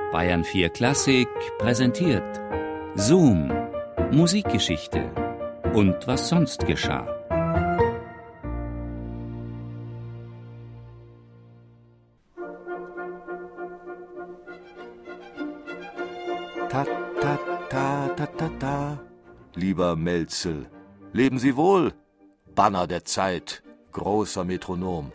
Bayern 4 Klassik präsentiert Zoom, Musikgeschichte und was sonst geschah. Ta, ta, ta, ta, ta, ta. Lieber Melzel, leben Sie wohl, Banner der Zeit, großer Metronom.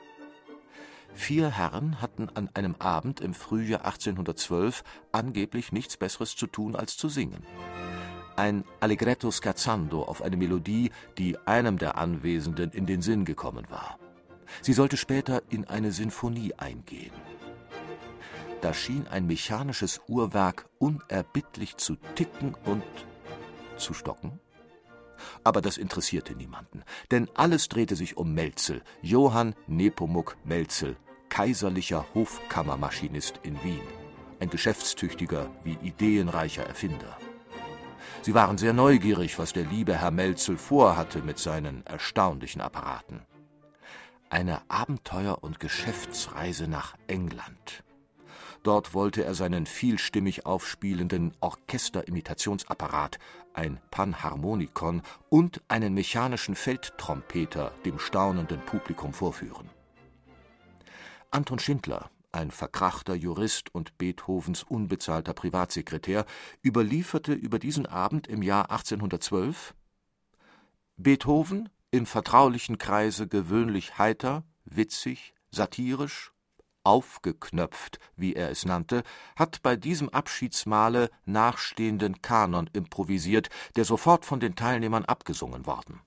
4 Herren hatten an einem Abend im Frühjahr 1812 angeblich nichts Besseres zu tun als zu singen. Ein Allegretto scherzando auf eine Melodie, die einem der Anwesenden in den Sinn gekommen war. Sie sollte später in eine Sinfonie eingehen. Da schien ein mechanisches Uhrwerk unerbittlich zu ticken und zu stocken. Aber das interessierte niemanden, denn alles drehte sich um Melzel, Johann Nepomuk Melzel, kaiserlicher Hofkammermaschinist in Wien, ein geschäftstüchtiger wie ideenreicher Erfinder. Sie waren sehr neugierig, was der liebe Herr Melzel vorhatte mit seinen erstaunlichen Apparaten. Eine Abenteuer- und Geschäftsreise nach England. Dort wollte er seinen vielstimmig aufspielenden Orchesterimitationsapparat, ein Panharmonikon und einen mechanischen Feldtrompeter dem staunenden Publikum vorführen. Anton Schindler, ein verkrachter Jurist und Beethovens unbezahlter Privatsekretär, überlieferte über diesen Abend im Jahr 1812: Beethoven, im vertraulichen Kreise gewöhnlich heiter, witzig, satirisch, aufgeknöpft, wie er es nannte, hat bei diesem Abschiedsmahle nachstehenden Kanon improvisiert, der sofort von den Teilnehmern abgesungen worden.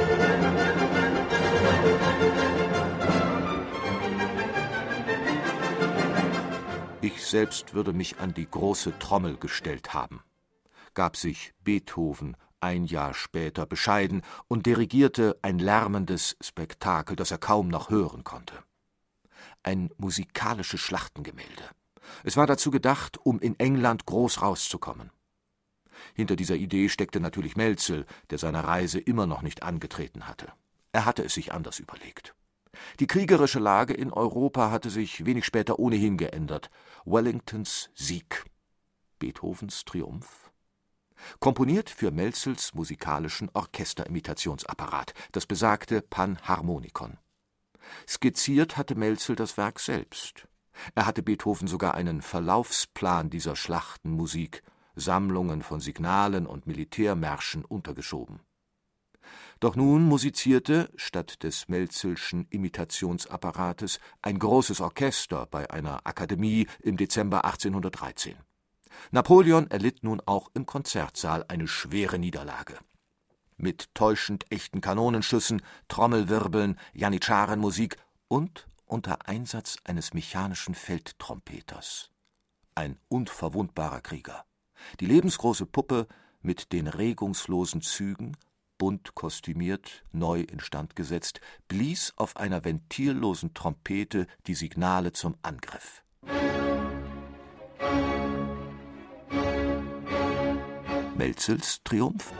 Ich selbst würde mich an die große Trommel gestellt haben, gab sich Beethoven ein Jahr später bescheiden und dirigierte ein lärmendes Spektakel, das er kaum noch hören konnte. Ein musikalisches Schlachtengemälde. Es war dazu gedacht, um in England groß rauszukommen. Hinter dieser Idee steckte natürlich Melzel, der seine Reise immer noch nicht angetreten hatte. Er hatte es sich anders überlegt. Die kriegerische Lage in Europa hatte sich wenig später ohnehin geändert. Wellingtons Sieg, Beethovens Triumph. Komponiert für Melzels musikalischen Orchesterimitationsapparat, das besagte Panharmonikon. Skizziert hatte Melzel das Werk selbst. Er hatte Beethoven sogar einen Verlaufsplan dieser Schlachtenmusik, Sammlungen von Signalen und Militärmärschen untergeschoben. Doch nun musizierte, statt des Melzelschen Imitationsapparates, ein großes Orchester bei einer Akademie im Dezember 1813. Napoleon erlitt nun auch im Konzertsaal eine schwere Niederlage. Mit täuschend echten Kanonenschüssen, Trommelwirbeln, Janitscharenmusik und unter Einsatz eines mechanischen Feldtrompeters. Ein unverwundbarer Krieger. Die lebensgroße Puppe mit den regungslosen Zügen, bunt kostümiert, neu instand gesetzt, blies auf einer ventillosen Trompete die Signale zum Angriff. Melzels Triumph?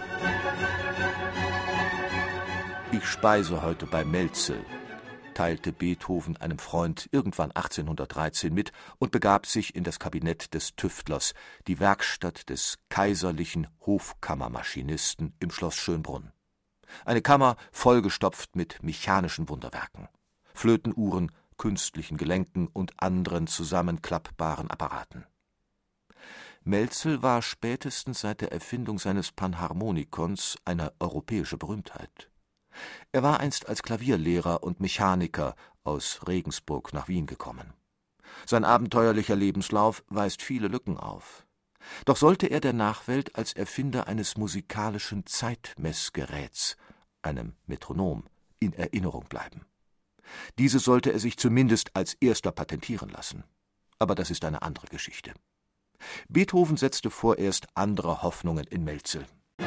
Ich speise heute bei Melzel, teilte Beethoven einem Freund irgendwann 1813 mit und begab sich in das Kabinett des Tüftlers, die Werkstatt des kaiserlichen Hofkammermaschinisten im Schloss Schönbrunn. Eine Kammer vollgestopft mit mechanischen Wunderwerken, Flötenuhren, künstlichen Gelenken und anderen zusammenklappbaren Apparaten. Melzel war spätestens seit der Erfindung seines Panharmonikons eine europäische Berühmtheit. Er war einst als Klavierlehrer und Mechaniker aus Regensburg nach Wien gekommen. Sein abenteuerlicher Lebenslauf weist viele Lücken auf. Doch sollte er der Nachwelt als Erfinder eines musikalischen Zeitmessgeräts, einem Metronom, in Erinnerung bleiben. Dieses sollte er sich zumindest als erster patentieren lassen. Aber das ist eine andere Geschichte. Beethoven setzte vorerst andere Hoffnungen in Melzel.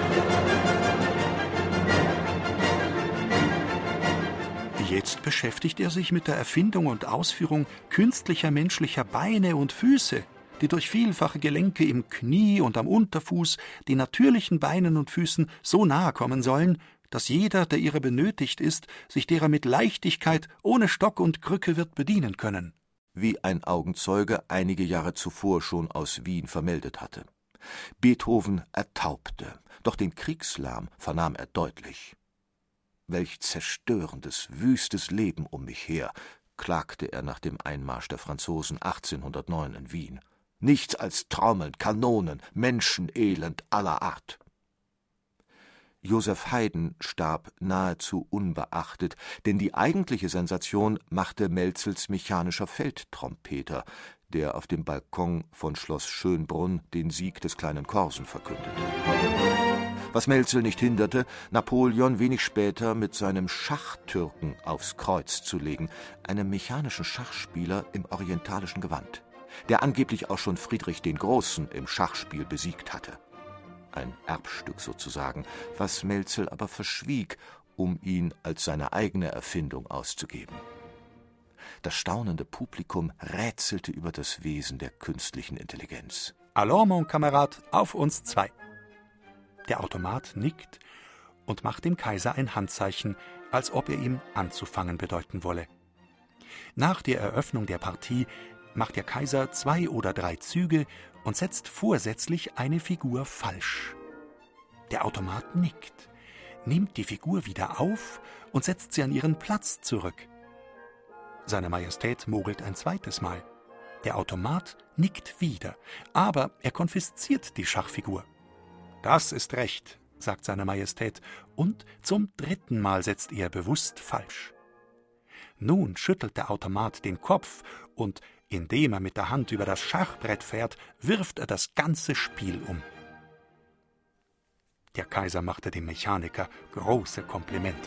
Jetzt beschäftigt er sich mit der Erfindung und Ausführung künstlicher menschlicher Beine und Füße, die durch vielfache Gelenke im Knie und am Unterfuß den natürlichen Beinen und Füßen so nahe kommen sollen, dass jeder, der ihrer benötigt ist, sich derer mit Leichtigkeit ohne Stock und Krücke wird bedienen können. wie ein Augenzeuge einige Jahre zuvor schon aus Wien vermeldet hatte. Beethoven ertaubte, doch den Kriegslärm vernahm er deutlich. »Welch zerstörendes, wüstes Leben um mich her«, klagte er nach dem Einmarsch der Franzosen 1809 in Wien. »Nichts als Trommeln, Kanonen, Menschenelend aller Art.« Joseph Haydn starb nahezu unbeachtet, denn die eigentliche Sensation machte Melzels mechanischer Feldtrompeter, der auf dem Balkon von Schloss Schönbrunn den Sieg des kleinen Korsen verkündete. Was Melzel nicht hinderte, Napoleon wenig später mit seinem Schachtürken aufs Kreuz zu legen, einem mechanischen Schachspieler im orientalischen Gewand, der angeblich auch schon Friedrich den Großen im Schachspiel besiegt hatte. Ein Erbstück sozusagen, was Melzel aber verschwieg, um ihn als seine eigene Erfindung auszugeben. Das staunende Publikum rätselte über das Wesen der künstlichen Intelligenz. Alors, mon Kamerad, auf uns zwei. Der Automat nickt und macht dem Kaiser ein Handzeichen, als ob er ihm anzufangen bedeuten wolle. Nach der Eröffnung der Partie macht der Kaiser 2 oder 3 Züge und setzt vorsätzlich eine Figur falsch. Der Automat nickt, nimmt die Figur wieder auf und setzt sie an ihren Platz zurück. Seine Majestät mogelt ein zweites Mal. Der Automat nickt wieder, aber er konfisziert die Schachfigur. »Das ist recht«, sagt seine Majestät, und zum 3. Mal setzt er bewusst falsch. Nun schüttelt der Automat den Kopf und, indem er mit der Hand über das Schachbrett fährt, wirft er das ganze Spiel um. Der Kaiser machte dem Mechaniker große Komplimente.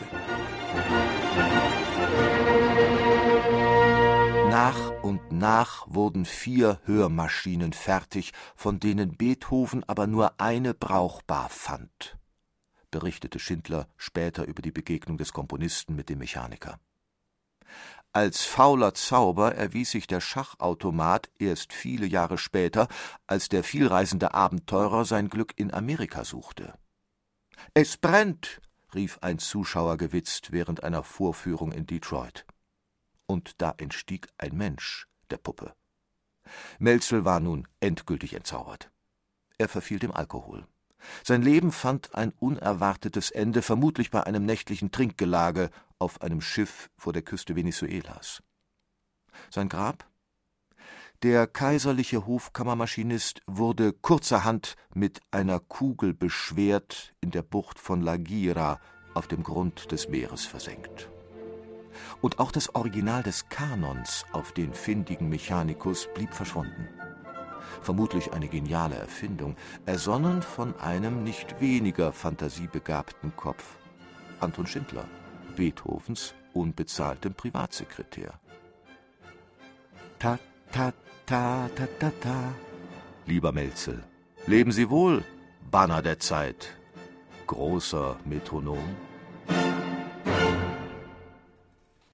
Nach und nach wurden 4 Hörmaschinen fertig, von denen Beethoven aber nur eine brauchbar fand, berichtete Schindler später über die Begegnung des Komponisten mit dem Mechaniker. Als fauler Zauber erwies sich der Schachautomat erst viele Jahre später, als der vielreisende Abenteurer sein Glück in Amerika suchte. »Es brennt«, rief ein Zuschauer gewitzt während einer Vorführung in Detroit. Und da entstieg ein Mensch der Puppe. Melzel war nun endgültig entzaubert. Er verfiel dem Alkohol. Sein Leben fand ein unerwartetes Ende, vermutlich bei einem nächtlichen Trinkgelage auf einem Schiff vor der Küste Venezuelas. Sein Grab? Der kaiserliche Hofkammermaschinist wurde kurzerhand mit einer Kugel beschwert in der Bucht von La Guira auf dem Grund des Meeres versenkt. Und auch das Original des Kanons auf den findigen Mechanicus blieb verschwunden. Vermutlich eine geniale Erfindung, ersonnen von einem nicht weniger fantasiebegabten Kopf, Anton Schindler, Beethovens unbezahltem Privatsekretär. Ta, ta, ta, ta, ta, ta. Lieber Melzel, leben Sie wohl, Banner der Zeit, großer Metronom.